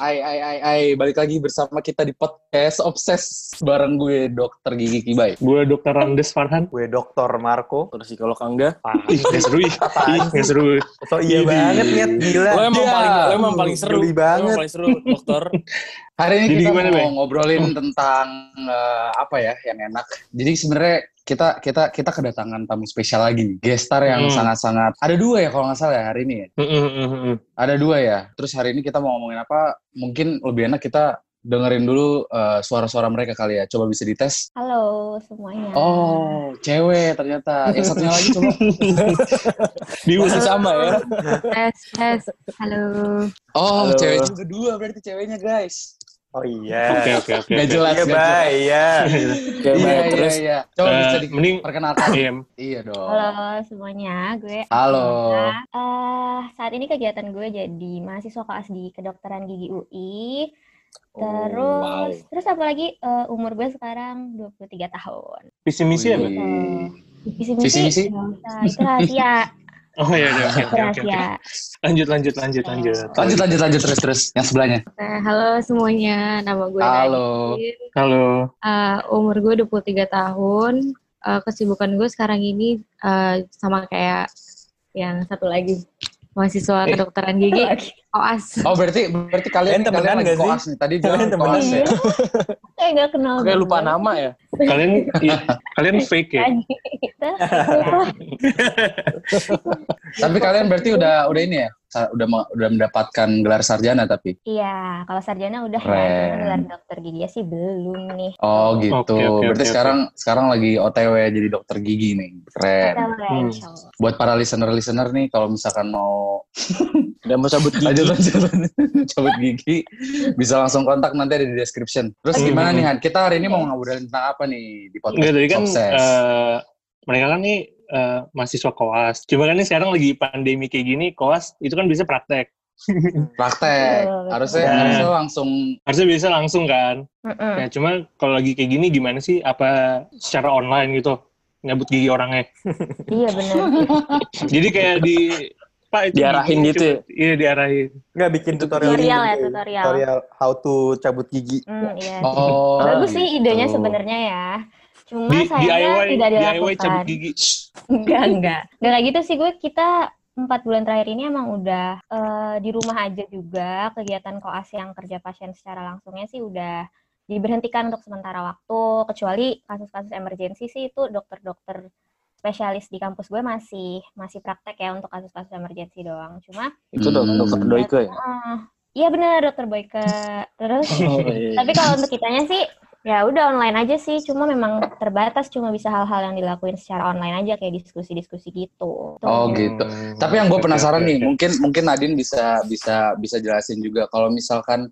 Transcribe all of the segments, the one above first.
Balik lagi bersama kita di podcast Obses bareng gue Dokter Gigi Kibai. Gue Dokter Randes Farhan. Gue Dr. Marco. Terus psikolog Angga. Nggak seru. Nggak seru. So iya banget Nyet, gila. Lo emang paling seru. Geli banget. Lo emang paling seru, dokter. Hari ini Jadi kita gimana, mau ngobrolin tentang apa ya yang enak. Jadi sebenarnya kita kedatangan tamu spesial lagi nih. Gestar yang sangat-sangat ada 2 ya kalau nggak salah ya hari ini ya. Ada 2 ya. Terus hari ini kita mau ngomongin apa? Mungkin lebih enak kita dengerin dulu suara-suara mereka kali ya. Coba bisa dites. Halo semuanya. Oh, cewek ternyata. Yang satunya lagi coba. Masih sama ya. Tes. Halo. Oh, Halo. cewek juga 2 berarti ceweknya guys. Oh iya. Oke. Nggak jelas. Iya, Bay. Iya. Terus. Iya. Coba bisa mending diperkenalkan. IM. Iya dong. Halo semuanya, gue Halo. saat ini kegiatan gue jadi mahasiswa kelas di kedokteran gigi UI. Terus apa lagi? Umur gue sekarang 23 tahun. Visi misi apa? Visi Visi misi? nggak usah, itu rahasia. Oh iya, oke. Rahasia. Lanjut. Lanjut terus yang sebelahnya. Oke, halo semuanya, nama gue Halo. Nadine. Halo. Umur gue 23 tahun. Kesibukan gue sekarang ini sama kayak yang satu lagi, mahasiswa kedokteran gigi, koas. Oh berarti kalian temenan lagi nggak sih? koas nih. Tadi bilang Kalian temenan koas ya. Kayak nggak kenal. Kayak lupa nama ya. Kalian fake ya? Tapi kalian berarti udah ini ya? Udah mendapatkan gelar sarjana tapi. Iya, kalau sarjana udah Keren. ya, cuma gelar dokter gigi sih belum nih. Oh gitu. Oke, Berarti sekarang lagi OTW jadi dokter gigi nih. Keren. Insya Buat para listener nih kalau misalkan mau Udah mau cabut gigi. lanjut cabut gigi bisa langsung kontak nanti ada di description. Terus gimana nih Han? Kita hari ini mau ngobrolin tentang apa nih di podcast Enggak, tadi kan Obses? mereka kan nih mahasiswa koas. Cuma kan ini sekarang lagi pandemi kayak gini, koas itu kan bisa praktek. Praktek. Betul. Harusnya langsung. Harusnya bisa langsung kan. Allah. Nah, cuma kalau lagi kayak gini gimana sih? Apa secara online gitu? Nyabut gigi orangnya. Iya benar. Jadi kayak Pak itu Diarahin gigi, gitu ya? coba- Iya, diarahin. Nggak bikin tutorial. Tutorial how to cabut gigi. Iya. Oh. Bagus sih idenya gitu. sebenarnya ya. Cuma Di sayangnya tidak DIY dilakukan. cabut gigi. Enggak kayak gitu sih, kita 4 bulan terakhir ini emang udah di rumah aja juga. Kegiatan koas yang kerja pasien secara langsungnya sih udah diberhentikan untuk sementara waktu, kecuali kasus-kasus emergensi sih itu dokter-dokter spesialis di kampus gue masih praktek ya untuk kasus-kasus emergensi doang. Cuma Itu dokter Doike ya? iya benar dokter Boyke. Terus tapi kalau untuk kitanya sih ya udah online aja sih, cuma memang terbatas, cuma bisa hal-hal yang dilakuin secara online aja kayak diskusi-diskusi gitu. Oh gitu. Tapi yang gue penasaran nih, mungkin Nadine bisa jelasin juga kalau misalkan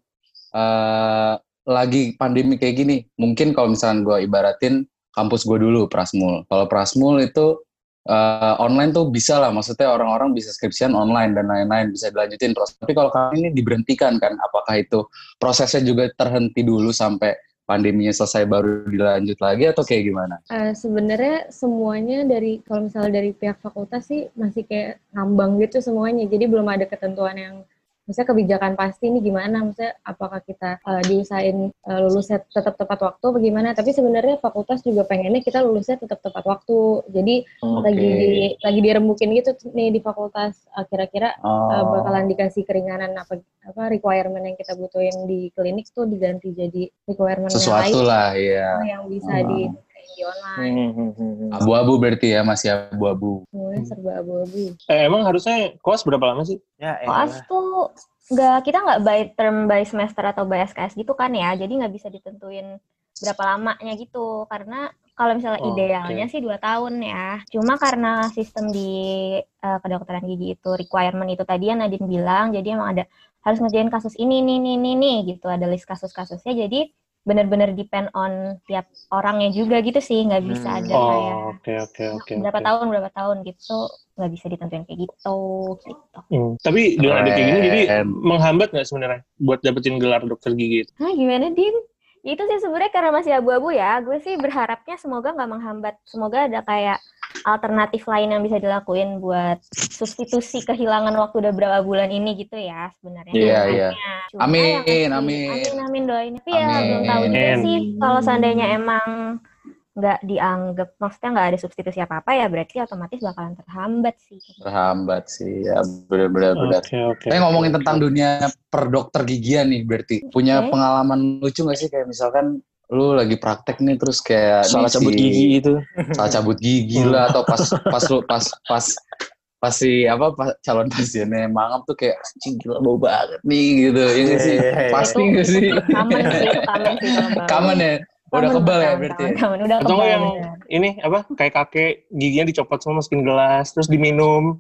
lagi pandemi kayak gini, mungkin kalau misalkan gue ibaratin kampus gue dulu Prasmul. Kalau Prasmul itu online tuh bisa lah, maksudnya orang-orang bisa skripsian online dan lain-lain, bisa dilanjutin terus. Tapi kalau kami ini diberhentikan kan, apakah itu prosesnya juga terhenti dulu sampai pandeminya selesai baru dilanjut lagi atau kayak gimana? Sebenarnya semuanya kalau misalnya dari pihak fakultas sih masih kayak ngambang gitu semuanya. Jadi belum ada ketentuan yang misalnya kebijakan pasti ini gimana, maksudnya apakah kita diusahain lulusnya tetap tepat waktu apa gimana. Tapi sebenarnya fakultas juga pengennya kita lulusnya tetap tepat waktu. Jadi lagi dirembukin gitu nih di fakultas, kira-kira bakalan dikasih keringanan apa requirement yang kita butuhin di klinik tuh diganti jadi requirement Sesuatu yang lain lah ya. yang bisa di online. Abu-abu berarti ya, masih abu-abu. Semuanya serba abu-abu. Emang harusnya koas berapa lama sih? Ya, Koas tuh kita nggak by term, by semester atau by SKS gitu kan ya, jadi nggak bisa ditentuin berapa lamanya gitu, karena kalau misalnya idealnya sih 2 tahun ya. Cuma karena sistem di kedokteran gigi itu requirement itu tadi yang Nadine bilang, jadi emang ada harus ngerjain kasus ini gitu, ada list kasus-kasusnya, jadi benar-benar depend on tiap orangnya juga gitu sih, nggak bisa ada kayak berapa tahun gitu, nggak bisa ditentuin kayak gitu. Tapi dengan ada kayak gini jadi menghambat nggak sebenarnya buat dapetin gelar dokter gigi itu? Gimana Din? Itu sih sebenarnya karena masih abu-abu ya, gue sih berharapnya semoga nggak menghambat, semoga ada kayak alternatif lain yang bisa dilakuin buat substitusi kehilangan waktu udah berapa bulan ini gitu ya sebenarnya. Iya. Cuma Amin. Amin doain. Tapi ya belum tahu juga sih kalau seandainya emang nggak dianggap, maksudnya nggak ada substitusi apa-apa ya berarti otomatis bakalan terhambat sih ya, benar. Oke. Saya ngomongin tentang dunia perdokter gigian nih, berarti punya pengalaman lucu nggak sih, kayak misalkan lu lagi praktek nih terus kayak salah cabut gigi itu, salah cabut gigi lah, atau pas si calon pasiennya mangap tuh kayak anjing gila bau banget nih gitu, ya nggak sih? Pasti nggak sih? Kamen sih Kamen ya. Udah kebal ya berarti. Udah atau kebal. yang ini kayak kakek giginya dicopot semua masukin gelas terus diminum.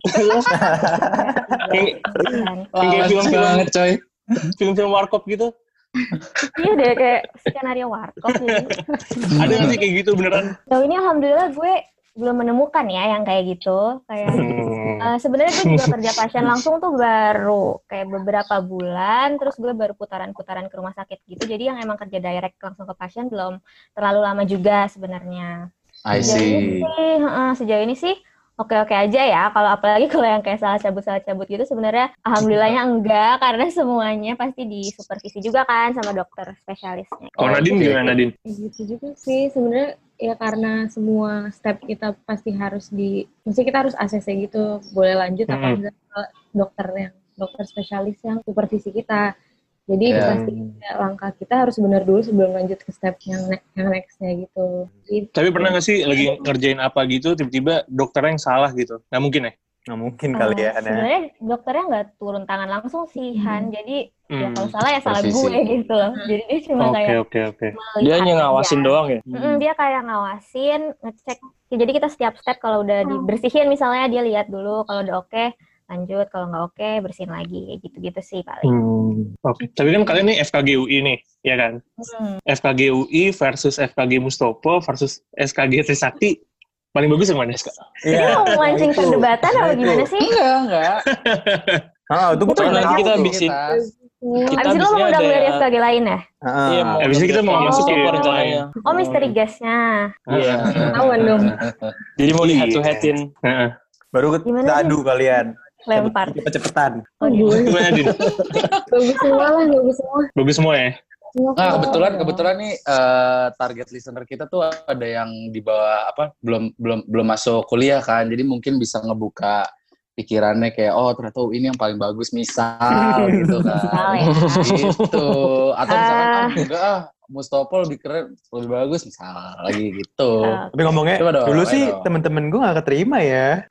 Kayak film-film banget coy. Film-film warkop gitu. Iya deh kayak skenario warkop gitu. Ada nggak sih kayak gitu beneran? Sejauh ini alhamdulillah gue belum menemukan ya yang kayak gitu. Kayak sebenarnya gue juga kerja pasien langsung tuh baru kayak beberapa bulan, terus gue baru putaran-putaran ke rumah sakit gitu. Jadi yang emang kerja direct langsung ke pasien belum terlalu lama juga sebenarnya. I see. Sejauh ini sih oke-oke aja ya. Apalagi kalau yang kayak salah cabut gitu sebenarnya alhamdulillahnya enggak, karena semuanya pasti disupervisi juga kan sama dokter spesialisnya. Kalau Nadine gimana Nadine? Gitu juga sih sebenarnya ya, karena semua step kita pasti harus mesti kita harus ACC gitu, boleh lanjut apa enggak ke dokter spesialis yang supervisi kita. Jadi pasti langkah kita harus benar dulu sebelum lanjut ke step yang next-nya gitu. Tapi pernah nggak sih lagi ngerjain apa gitu, tiba-tiba dokternya yang salah gitu? Nggak mungkin ya? Nggak mungkin kali ya. Sebenarnya dokternya nggak turun tangan langsung sih Han. Jadi ya kalau salah ya salah gue gitu loh. Jadi dia cuma kayak Oke. Dia hanya ngawasin doang ya? Dia kayak ngawasin, ngecek. Ya, jadi kita setiap step kalau udah dibersihin misalnya dia lihat dulu, kalau udah oke lanjut, kalau nggak oke bersihin lagi, gitu-gitu sih paling. Oke. Tapi kan kalian nih FKG UI nih, ya kan? FKG UI versus FKG Mustopo versus SKG Trisakti, paling bagus yang mana? Ini mau mancing perdebatan apa gimana sih? Enggak. Itu bukan nanti kita bikin. Abis itu lo mau undang dari FKG lain ya? Iya, abis itu kita mau masuk ke rencananya. Oh, misteri gasnya. Iya. Ketahuan dong. Jadi mau lihat tuh head-in. baru kita adu kalian. Lempar. Cepet-cepetan. Gimana Din? Bagus semua ya? Nah, kebetulan nih target listener kita tuh ada yang di bawah belum masuk kuliah kan. Jadi mungkin bisa ngebuka pikirannya kayak ternyata ini yang paling bagus misal gitu kan. Gitu. Atau misalkan enggak Mustopo lebih keren, lebih bagus misal lagi gitu. Tapi ngomongnya dulu sih temen-temen gue gak keterima ya.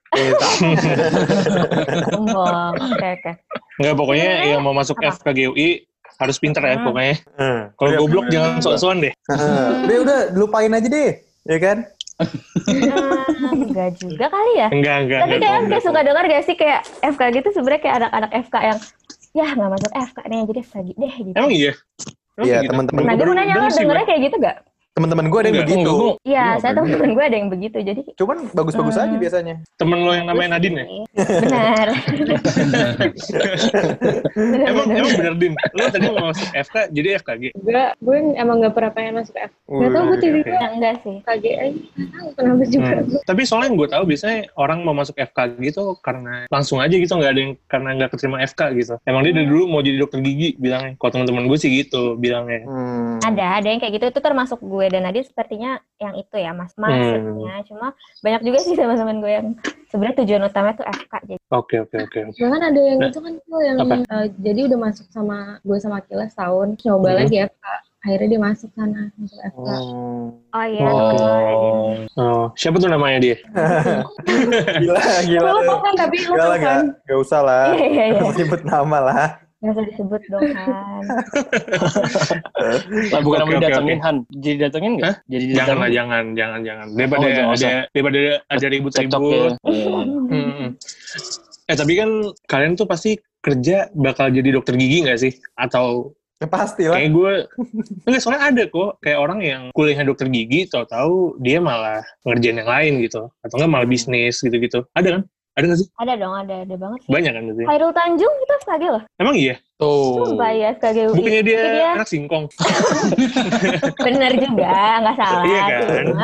Sombong. Oke. Enggak, pokoknya yang mau masuk FKG UI harus pinter ya pokoknya. Kalau goblok jangan sok-sokan deh. Udah lupain aja deh, ya kan? Enggak juga kali ya. Enggak. Tapi kayak suka dengar gak sih kayak FKG itu sebenarnya kayak anak-anak FK yang ya nggak masuk FK nih jadi FKG deh gitu. Emang iya? Iya, teman-teman Nah, dia mau nanya lo dengernya kayak gitu gak? teman-teman gue ada yang begitu. Iya, saya teman-teman gue ada yang begitu. Jadi Cuman bagus-bagus aja biasanya. Temen lo yang namanya Nadine ya? Benar. Emang bener Din? Lo tadi mau masuk FK jadi FKG? Enggak, gue emang gak pernah pengen masuk FK. Gak tau gue tiba-tiba Enggak sih. FKG aja. Gak tau kenapa juga. Tapi soalnya yang gue tahu biasanya orang mau masuk FKG itu karena langsung aja gitu, nggak ada yang karena nggak keterima FK gitu. Emang dia dari dulu mau jadi dokter gigi bilangnya. Kalau teman-teman gue sih gitu bilangnya. Ada yang kayak gitu. Itu termasuk gue dan Nadine sepertinya yang itu ya maksudnya. Cuma banyak juga sih teman-teman gue yang sebenarnya tujuan utamanya tuh FK. Jadi. Oke. Bahkan ada yang itu kan tuh yang jadi udah masuk sama gue sama Akila setahun, nyoba lagi FK. Akhirnya dia masuk sana, masuk FK. Oh iya. Siapa tuh namanya dia? Gila. Lo kan tapi lo kan. Gak usah lah. Iya. Sebut nama lah. Nggak usah disebut dong, Han. Lah bukan namanya datengin Han. Jadi datengin nggak? Jadi Jangan. Daripada ada ribut-ribut. Tapi kan kalian tuh pasti kerja bakal jadi dokter gigi nggak sih? Atau Ya pasti lah. kayak gue, enggak, soalnya ada kok kayak orang yang kuliahnya dokter gigi, tahu-tahu dia malah ngerjain yang lain gitu, atau enggak malah bisnis gitu-gitu. Ada kan? Ada nggak sih? Ada dong, ada banget sih. Banyak kan gitu. Khairul Tanjung itu FKG loh. Emang iya? Sumpah ya FKG UI. Bukannya dia anak singkong? Bener juga, nggak salah. Iya kan? Cuma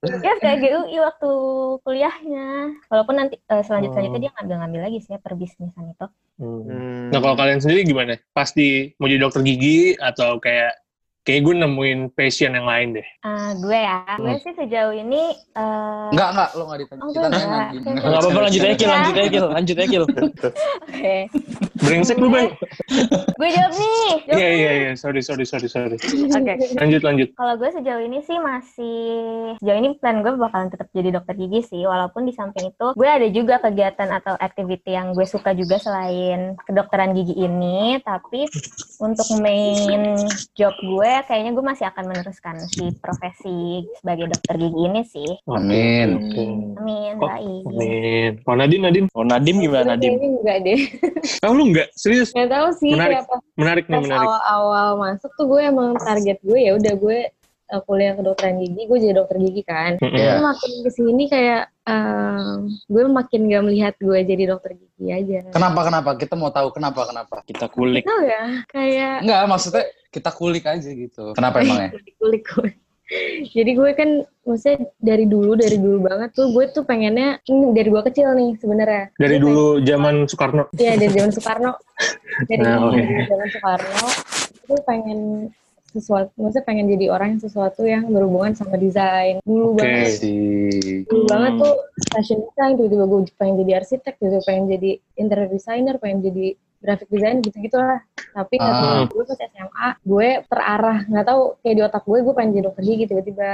Ya kayak GUI waktu kuliahnya. Walaupun nanti selanjutnya dia ngambil lagi sih ya perbisnisan itu. Nah kalau kalian sendiri gimana? Pasti mau jadi dokter gigi atau kayak gue nemuin passion yang lain deh. Gue sih sejauh ini Enggak, lo nggak ditanya. Kita nanya Nadine. Nggak apa-apa, lanjut aja, Kil. Oke. Brengsek lu, Bang. Gue jawab nih. Iya. Sorry. Oke. Lanjut. Kalau gue sejauh ini sih sejauh ini plan gue bakalan tetap jadi dokter gigi sih. Walaupun di samping itu gue ada juga kegiatan atau activity yang gue suka juga selain kedokteran gigi ini. Tapi untuk main job gue, kayaknya gue masih akan meneruskan si profesi sebagai dokter gigi ini sih. Amin. Baik. Amin. Kalau Nadine? Oh, Nadim gimana, Nadim? Kayaknya enggak deh. Oh, lu enggak? Serius? Nggak tahu sih Menarik. pas awal-awal masuk tuh gue emang target gue ya udah gue kuliah kedokteran gigi, gue jadi dokter gigi kan. Tapi makin kesini kayak gue makin gak melihat gue jadi dokter gigi aja. Kenapa? Kita mau tahu kenapa? Kita kulik. Tahu ya, kayak Enggak, maksudnya kita kulik aja gitu. Kenapa emangnya? kulik gue. Jadi gue kan maksudnya dari dulu banget tuh gue tuh pengennya dari gue kecil nih sebenarnya. Dari dulu zaman Soekarno. Iya, dari zaman Soekarno. Dari zaman Soekarno gue pengen sesuatu, maksudnya pengen jadi orang yang sesuatu yang berhubungan sama desain. Dulu banget tuh fashion design, tiba-tiba gue pengen jadi arsitek, tiba-tiba pengen jadi interior designer, pengen jadi graphic design gitu-gitu lah. Tapi gue pas SMA, gue terarah, nggak tahu kayak di otak gue pengen jadi dokter gigi tiba-tiba.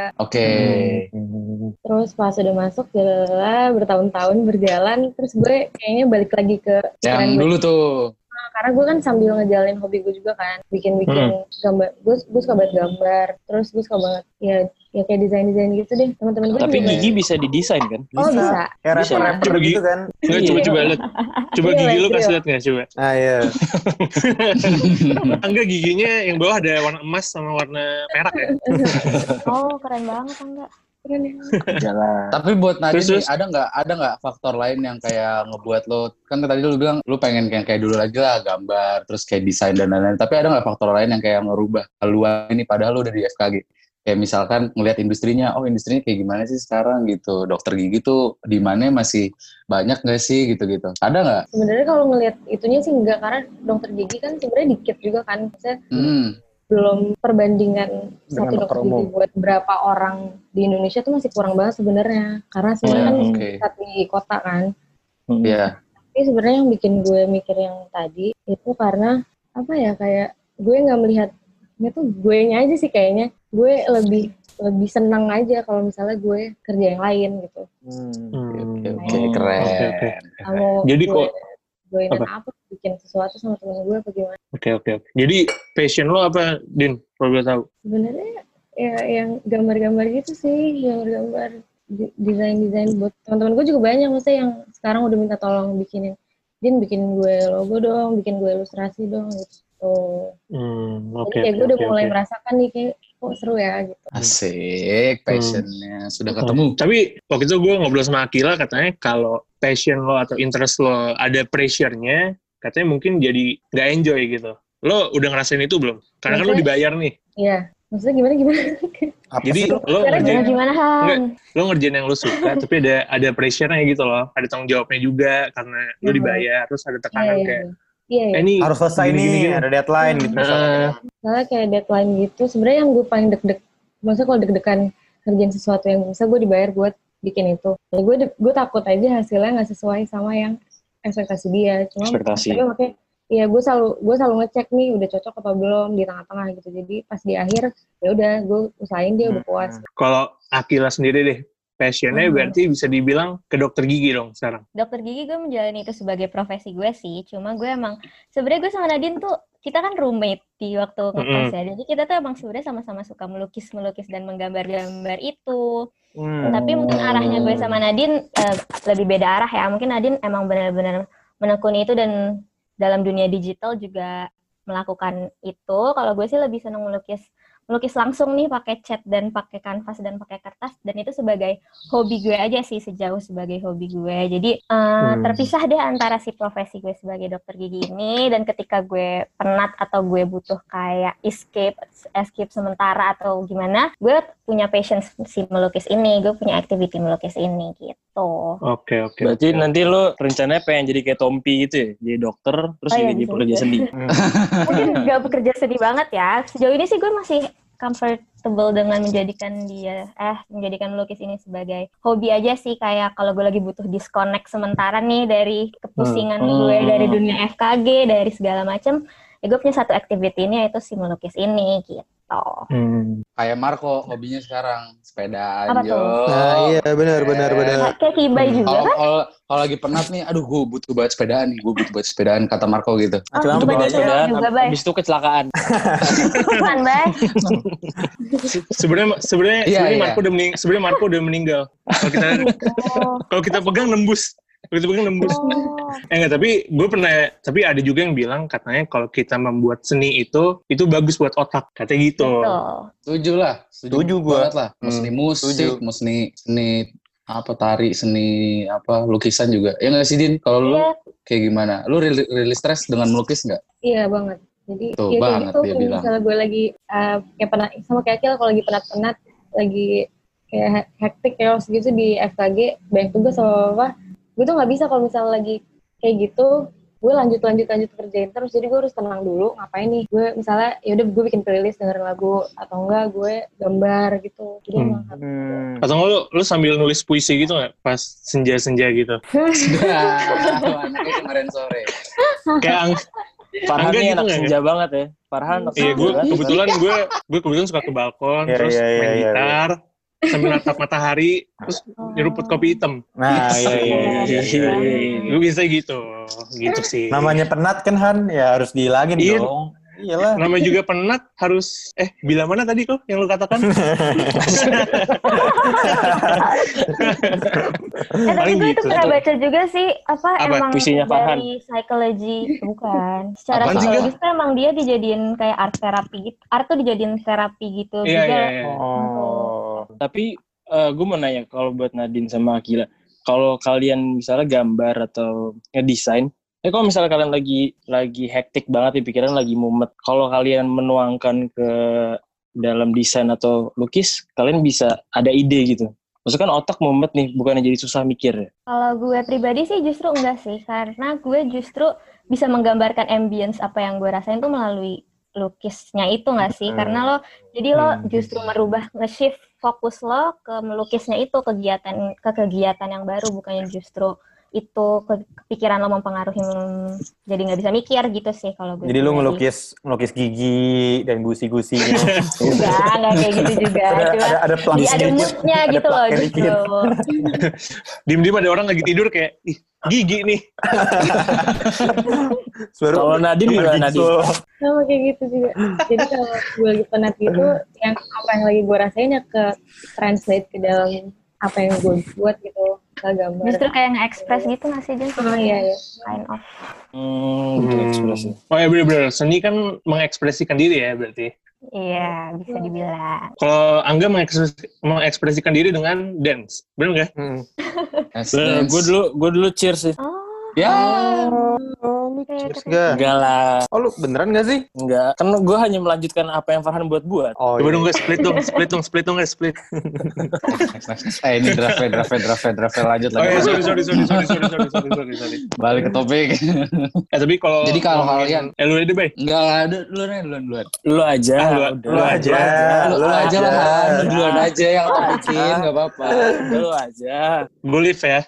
Terus pas udah masuk, bertahun-tahun berjalan, terus gue kayaknya balik lagi ke yang dulu tuh. Karena gue kan sambil ngejalanin hobi gue juga kan, bikin gambar. Gue suka banget gambar, terus gue suka banget ya kayak desain gitu deh. Teman-teman gue tapi juga gigi bisa didesain kan? Oh bisa. Kayak rapper gitu kan? Nggak, coba lihat. Coba gigi lu kasih lihat nggak, coba. Iya. Angga giginya yang bawah ada warna emas sama warna perak ya? Oh, keren banget Angga. Tapi buat Nadine nih, ada nggak faktor lain yang kayak ngebuat lo, kan tadi lo bilang lo pengen kayak dulu lagi lah, gambar terus kayak desain dan lain-lain, tapi ada nggak faktor lain yang kayak ngerubah haluan ini padahal lo udah di FKG, kayak misalkan ngelihat industrinya kayak gimana sih sekarang gitu, dokter gigi tuh di mana masih banyak nggak sih gitu ada nggak? Sebenarnya kalau ngelihat itunya sih enggak, karena dokter gigi kan sebenarnya dikit juga kan, maksudnya belum perbandingan satu dokter gigi buat berapa orang di Indonesia tuh masih kurang banget sebenarnya, karena sebenarnya kan pusat di kota kan. Tapi sebenarnya yang bikin gue mikir yang tadi itu karena apa ya, kayak gue nggak melihatnya tuh gue nya aja sih, kayaknya gue lebih senang aja kalau misalnya gue kerja yang lain gitu. Keren. Jadi kok gue apa bikin sesuatu sama temen gue apa gimana? Oke. Jadi passion lo apa, Din? Kalau gue tahu. Sebenarnya ya yang gambar-gambar gitu sih, gambar-gambar desain buat teman-teman gue juga banyak, maksudnya yang sekarang udah minta tolong bikin gue logo dong, bikin gue ilustrasi dong gitu. Jadi gue udah mulai merasakan nih kayak kok seru ya gitu. Asik, passionnya sudah ketemu. Tapi waktu itu gue ngobrol sama Akila, katanya kalau passion lo atau interest lo ada pressure-nya, katanya mungkin jadi nggak enjoy gitu. Lo udah ngerasain itu belum? Karena kan lo dibayar nih. Iya. Maksudnya gimana? Jadi lo ngerjain gimana, lo ngerjain yang lo suka, tapi ada pressure-nya gitu loh. Ada tanggung jawabnya juga karena lo dibayar, terus ada tekanan kayak ini harus selesai nih, ada deadline gitu. Soalnya kayak deadline gitu, sebenarnya yang gue paling maksudnya kalau deg-degan kerjain sesuatu yang bisa gue dibayar buat bikin itu. Ya gue takut aja hasilnya nggak sesuai sama yang ekspektasi dia. Cuma tapi makanya ya gue selalu ngecek nih udah cocok apa belum di tengah-tengah gitu. Jadi pas di akhir ya udah gue usahain dia udah puas. Kalau Akila sendiri deh, passionnya berarti bisa dibilang ke dokter gigi dong sekarang. Dokter gigi gue menjalani itu sebagai profesi gue sih. Cuma gue emang sebenarnya gue sama Nadine tuh kita kan roommate di waktu ngekos ya. Jadi kita tuh emang sebenarnya sama-sama suka melukis dan menggambar-gambar itu. Tapi mungkin arahnya gue sama Nadine lebih beda arah ya. Mungkin Nadine emang benar-benar menekuni itu dan dalam dunia digital juga melakukan itu. Kalau gue sih lebih senang melukis melukis langsung nih pakai cat dan pakai kanvas dan pakai kertas, dan itu sebagai hobi gue aja sih sejauh sebagai hobi gue. Jadi terpisah deh antara si profesi gue sebagai dokter gigi ini, dan ketika gue penat atau gue butuh kayak escape sementara atau gimana, gue punya passion si melukis ini, gue punya activity melukis ini gitu. Oke. Berarti nanti lo rencananya pengen jadi kayak Tompi gitu ya, jadi dokter terus jadi pekerja seni. Mungkin gak bekerja seni banget ya. Sejauh ini sih gue masih comfortable dengan menjadikan melukis ini sebagai hobi aja sih. Kayak kalau gue lagi butuh disconnect sementara nih dari kepusingan gue dari dunia FKG, dari segala macam, ya gue punya satu activity ini, yaitu si melukis ini gitu. Kayak Marco hobinya sekarang sepedaan. Apa tuh? Nah iya benar. Kayak Kibai juga kan? Kalau lagi penat nih, aduh gue butuh banget sepedaan, kata Marco gitu. Itu bawa sepedaan, juga, Bay. habis itu kecelakaan. Bukan, Bay. Sebenarnya Marco udah meninggal. Kalau kita pegang nembus. Enggak, tapi ada juga yang bilang katanya kalau kita membuat seni itu bagus buat otak, katanya gitu. Setuju gue lah. Mau seni musik, mau seni apa, tari, seni apa, lukisan juga. Ya nggak sih, Din? Kalau lu kayak gimana? Lu rilis stres dengan melukis nggak? Iya banget. Jadi tuh, ya banget gitu, dia bilang. misalnya gue lagi kayak penat, sama kayak Akil, kalau lagi penat, lagi kayak hektik chaos gitu di FKG, banyak tugas sama apa, gue tuh nggak bisa kalau misalnya lagi kayak gitu, gue lanjut kerjain terus. Jadi gue harus tenang dulu, ngapain nih, gue misalnya yaudah gue bikin playlist dengerin lagu, atau enggak gue gambar gitu. Jadi emang atau enggak lu sambil nulis puisi gitu nggak pas senja gitu? Anaknya kemarin sore. Kayak Farhan nih gitu anak senja banget ya. Farhan anak iya, senja. gue kebetulan suka ke balkon, terus main gitar, sambil natap matahari, terus nyeruput kopi hitam. Nah iya. Gue bisa gitu sih. Namanya penat kan Han, ya harus dihilangin dong. Iyalah. Namanya juga penat harus bila mana tadi kok yang lu katakan? Tapi gue itu pernah baca juga sih apa emang puisinya Farhan dari psikologi, bukan. Secara psikologis tuh emang dia dijadiin kayak art terapi gitu. Art tuh dijadiin terapi gitu juga. Iya. Tapi gue mau nanya, kalau buat Nadine sama Akila, kalau kalian misalnya gambar atau ngedesain, kalau misalnya kalian lagi hektik banget di pikiran, lagi mumet, kalau kalian menuangkan ke dalam desain atau lukis, kalian bisa ada ide gitu. Maksudnya kan otak mumet nih, bukannya jadi susah mikir. Kalau gue pribadi sih justru enggak sih, karena gue justru bisa menggambarkan ambience apa yang gue rasain tuh melalui lukisnya itu nggak sih? Karena lo justru merubah, nge-shift fokus lo ke melukisnya itu, kegiatan yang baru, bukannya justru itu kepikiran lo mempengaruhi jadi nggak bisa mikir gitu sih kalau gue. Jadi lo ngelukis gigi dan gusi-gusinya. Nggak kayak gitu juga. Ada moodnya gitu loh justru. Diem-diem ada orang lagi tidur kayak, ih gigi nih. Kalau Nadine gimana Nadine? Sama kayak gitu juga. Jadi kalau gue lagi penat gitu, yang apa yang lagi gue rasain ya ke translate ke dalam apa yang gue buat gitu, ke gambar. Justru kayak nge-express gitu nggak sih, Jen? Iya. Kind of. Ekspresi. Oh ya bener-bener, seni kan mengekspresikan diri ya berarti. Iya, bisa dibilang. Kalau Angga mengekspresikan diri dengan dance, bener nggak? Gue dulu cheers sih. Enggak lah. Oh lu beneran gak sih? Enggak. Kan gue hanya melanjutkan apa yang Farhan buat. Oh, coba dong guys, split dong. Ini draft lanjut lagi. Oh ya, sorry. Balik ke topik. Tapi kalau kalian lu aja, Bay. Enggak lah, duluan. Lu aja. Lu aja lah. Duluan aja yang bikin, enggak apa-apa. Lu aja. Gue live ya.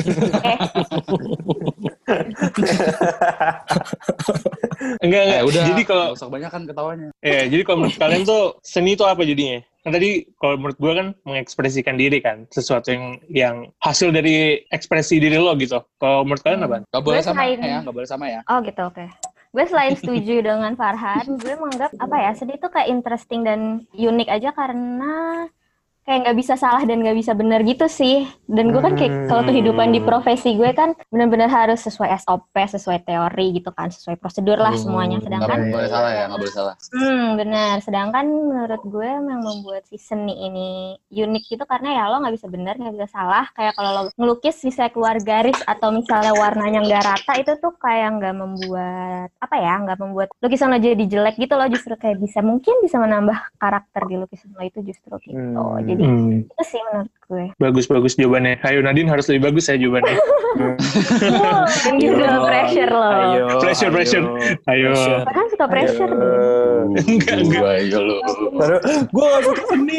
Enggak. Udah. Jadi kalau usah banyak kan ketawanya. Jadi kalau menurut kalian tuh seni itu apa jadinya? Kan tadi kalau menurut gue kan mengekspresikan diri kan, sesuatu yang hasil dari ekspresi diri lo gitu. Kalau menurut kalian apa? Gak boleh sama ya. Oh gitu, oke. Gue selain setuju dengan Farhan, gue menganggap seni itu kayak interesting dan unik aja karena kayak nggak bisa salah dan nggak bisa benar gitu sih. Dan gue kan kayak kalau kehidupan di profesi gue kan benar-benar harus sesuai SOP, sesuai teori gitu kan, sesuai prosedur lah semuanya. Sedangkan nggak boleh salah ya, nggak boleh salah. Benar. Sedangkan menurut gue yang membuat si seni ini unik gitu karena ya lo nggak bisa benar, nggak bisa salah. Kayak kalau lo ngelukis bisa keluar garis atau misalnya warnanya nggak rata, itu tuh kayak nggak membuat nggak membuat lukisan lo jadi jelek gitu loh. Justru kayak mungkin bisa menambah karakter di lukisan lo itu justru gitu. Jadi itu sih menurut gue. Bagus jawabannya. Ayo Nadine harus lebih bagus ya jawabannya. Gitu pressure lo. Pressure. Ayo. Kan suka pressure. Enggak. Ayo lo. Gue gak suka seni.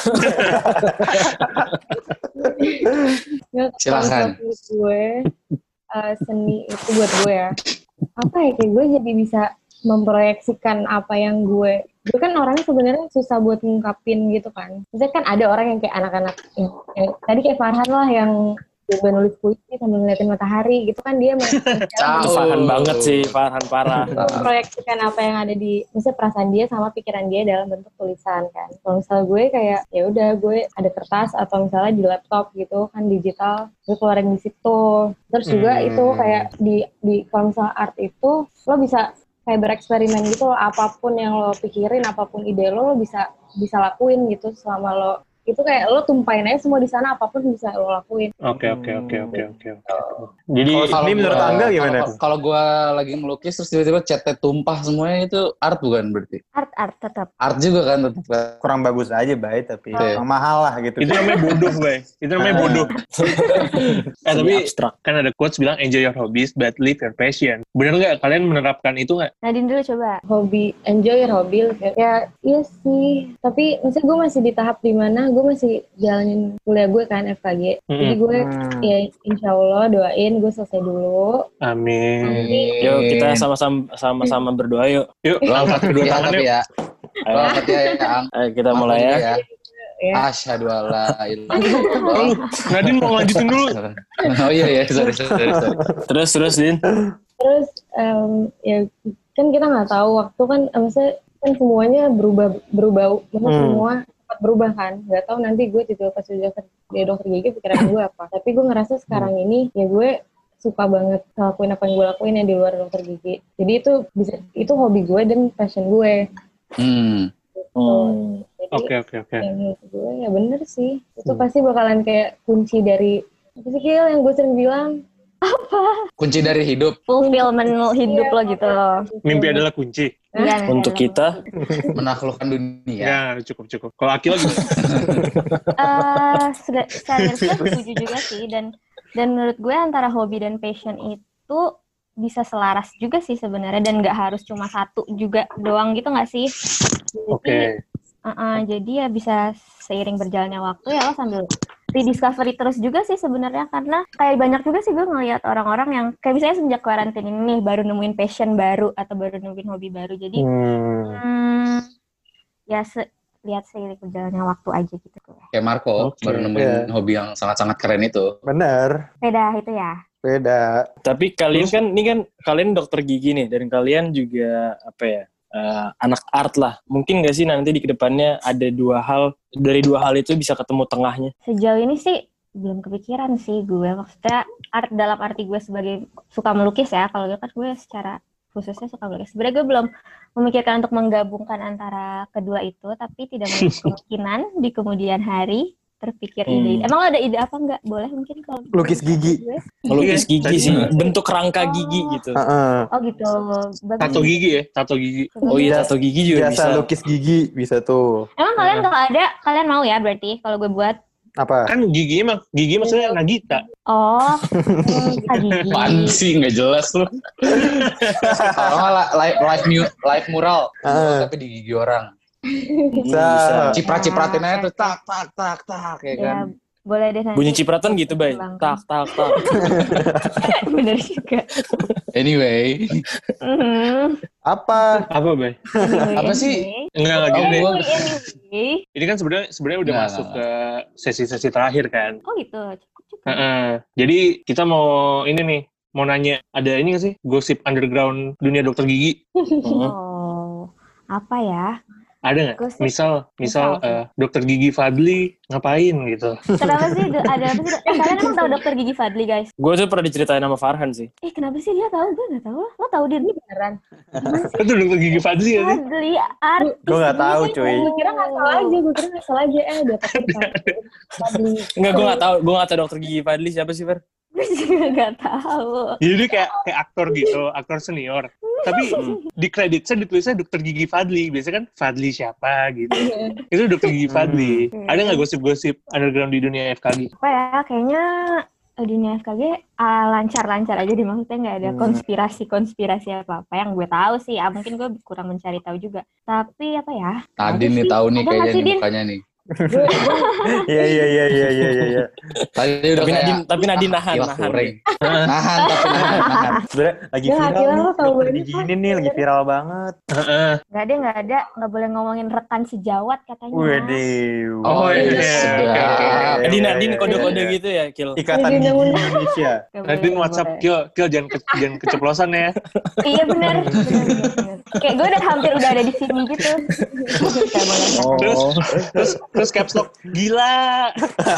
Silakan. Gue seni itu buat gue ya. Apa ya, kayak gue jadi bisa memproyeksikan apa yang gue kan orangnya sebenarnya susah buat ngungkapin gitu kan. Maksudnya kan ada orang yang kayak anak-anak yang tadi kayak Farhan lah yang coba nulis puisi sambil ngeliatin matahari gitu kan, dia Farhan banget sih, Farhan parah. memproyeksikan apa yang ada di misalnya perasaan dia sama pikiran dia dalam bentuk tulisan kan. Kalau misalnya gue kayak ya udah gue ada kertas atau misalnya di laptop gitu kan digital, gue keluarin di situ. Terus juga itu kayak di kalau misalnya art itu lo bisa kayak bereksperimen gitu loh, apapun yang lo pikirin, apapun ide lo bisa lakuin gitu selama lo itu kayak lo tumpahin aja semua di sana, apapun bisa lo lakuin. Oke. Jadi ini menurut Angga gimana? Kalau gue lagi ngelukis terus tiba-tiba catnya tumpah semuanya, itu art bukan berarti? Art tetap. Art juga kan tetap. Kurang bagus aja baik, tapi mahal lah gitu. itu namanya bodoh, Bay. Itu namanya bodoh. Tapi abstrak. kan ada quotes bilang enjoy your hobbies but live your passion. Bener nggak? Kalian menerapkan itu nggak? Nadine dulu coba. Hobi, enjoy your hobby. Ya iya sih. Tapi maksudnya gue masih di tahap dimana gue masih jalanin kuliah gue kan FKG. Jadi gue ya insya Allah doain gue selesai dulu. Amin. Yuk kita sama-sama berdoa yuk. Yuk. Angkat dua tangan ya. Angkat ya. Ayo kita mulai ya. Asyhadu alla ilaha illallah. Nadine mau lanjutin dulu. Oh iya, sorry. Terus Din. Terus ya kan kita nggak tahu waktu kan, maksudnya kan semuanya berubah, maksudnya semua cepat berubah kan. Nggak tahu nanti gue tiba pas udah jadi dokter gigi pikiran gue apa. Tapi gue ngerasa sekarang ini ya gue suka banget ngelakuin apa yang gue lakuin yang di luar dokter gigi. Jadi itu hobi gue dan passion gue. Jadi, Oke. yang menurut gue ya bener sih. Itu pasti bakalan kayak kunci dari apa sih Kil yang gue sering bilang? Kunci dari hidup. Fulfillment hidup lo gitu. Mimpi adalah kunci. Untuk kita Menaklukkan dunia. Ya, cukup. Kalau Akil lagi. Saya setuju juga sih, dan menurut gue antara hobi dan passion itu bisa selaras juga sih sebenarnya, dan nggak harus cuma satu juga doang gitu nggak sih? Oke. Jadi ya bisa seiring berjalannya waktu ya lo sambil rediscovery terus juga sih sebenarnya, karena kayak banyak juga sih gue ngeliat orang-orang yang kayak misalnya sejak karantina ini nih baru nemuin passion baru atau baru nemuin hobi baru. Jadi ya lihat seiring berjalannya waktu aja gitu. Kayak Marco baru nemuin hobi yang sangat-sangat keren itu. Bener. Beda itu ya. Beda. Tapi kalian kan ini kan kalian dokter gigi nih, dan kalian juga apa ya? Anak art lah. Mungkin nggak sih nanti di kedepannya ada dari dua hal itu bisa ketemu tengahnya? Sejauh ini sih belum kepikiran sih gue. Maksudnya art dalam arti gue sebagai suka melukis ya. Kalau gue kan gue secara khususnya suka melukis. Sebenarnya gue belum memikirkan untuk menggabungkan antara kedua itu, tapi tidak menutup kemungkinan di kemudian hari terpikir ide. Emang lo ada ide apa nggak? Boleh mungkin kalau lukis gigi. Lukis gigi sih, bentuk rangka gigi gitu. Oh gitu. Tato gigi ya, tato gigi. Oh iya, tato gigi juga Biasa bisa. lukis gigi bisa tuh. Emang kalian kalau ada, kalian mau ya berarti kalau gue buat? Apa? Kan gigi maksudnya Nagita. Oh, gigi. Apaan sih, nggak jelas lu. Kalau nggak live mural, tapi di gigi orang. Bisa. Ciprat-cipratin aja tuh, tak ya kan. Ya, boleh deh. Bunyi cipratan gitu, Bay. Tak. Bener juga. Anyway. Apa, Bay? Apa sih? Enggak gini deh. Anyway. Ini kan sebenarnya udah masuk ke sesi-sesi terakhir kan. Oh gitu. Cukup. Jadi kita mau nanya, ada ini nggak sih gosip underground dunia dokter gigi? Oh, apa ya? Ada nggak? Gosip. Misal dokter gigi Fadli ngapain gitu? Kenapa sih ada apa sih? Kalian emang tahu dokter gigi Fadli, guys? Gue tuh pernah diceritain sama Farhan sih. Kenapa sih dia tahu? Gue nggak tahu. Lo tahu dia beneran? Itu dokter gigi Fadli ya sih? Fadli artis. Gue nggak tahu, cuy. Gue kira ngasal aja. Dia pakai Fadli. Enggak, gue nggak tahu dokter gigi Fadli siapa sih, Fer? Gue juga nggak tahu. Jadi kayak aktor gitu, aktor senior. Tapi di kreditnya ditulisnya dokter gigi Fadli. Biasanya kan Fadli siapa gitu. Itu dokter gigi Fadli. Ada nggak gosip-gosip underground di dunia FKG? Apa ya? Kayaknya dunia FKG lancar-lancar aja deh, maksudnya nggak ada konspirasi apa-apa yang gue tahu sih. Mungkin gue kurang mencari tahu juga. Tapi apa ya? Nadine nih tahu nih kayaknya nih mukanya nih. Iya. Tadi udah Tapi Nadine nahan. Nahan. Sebenarnya lagi viral nih, dokter gigi ini nih lagi viral banget. Nggak ada. Nggak boleh ngomongin rekan sejawat katanya. Waduh. Oh iya. Nadine kode-kode gitu ya, Kil. Ikatan Gigi Indonesia. Nadine WhatsApp, Kil jangan keceplosan ya. Iya benar. Kayak gue udah ada di sini gitu. Terus caps lock, gila.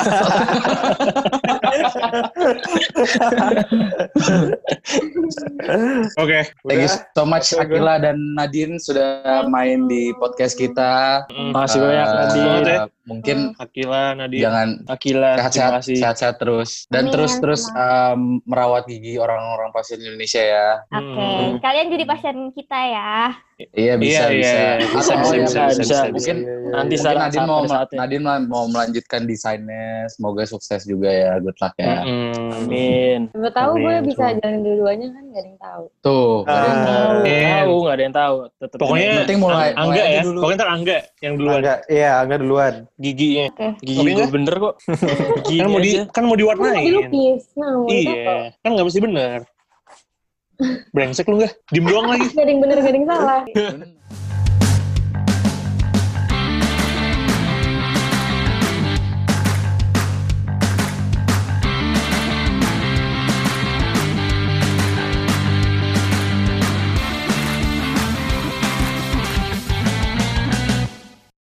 Oke. Thank you so much Akila dan Nadine sudah main di podcast kita. Makasih banyak Nadine. Mungkin Akila, Nadine. Jangan Akila, terima kasih. sehat-sehat terus dan Amin, terus merawat gigi orang-orang pasien Indonesia ya. Oke. Kalian jadi pasien kita ya. Iya bisa. Bisa. Mungkin Nanti Nadine mau melanjutkan desainnya, semoga sukses juga ya, good luck ya. Amin. Siapa tahu gue bisa jalanin dua-duanya kan, nggak ada yang tahu. Tuh, nggak ada yang tahu. Tetep Pokoknya penting mulai Angga ya. dulu. Pokoknya ntar Angga yang duluan. Angga duluan. Giginya. gigi gue bener kok. Kan mau diwarnain. Dilukis. Iya. Kan nggak mesti bener. Brengsek lu nggak? Diem doang lagi. Gak ada yang bener, gak ada yang salah. Bener.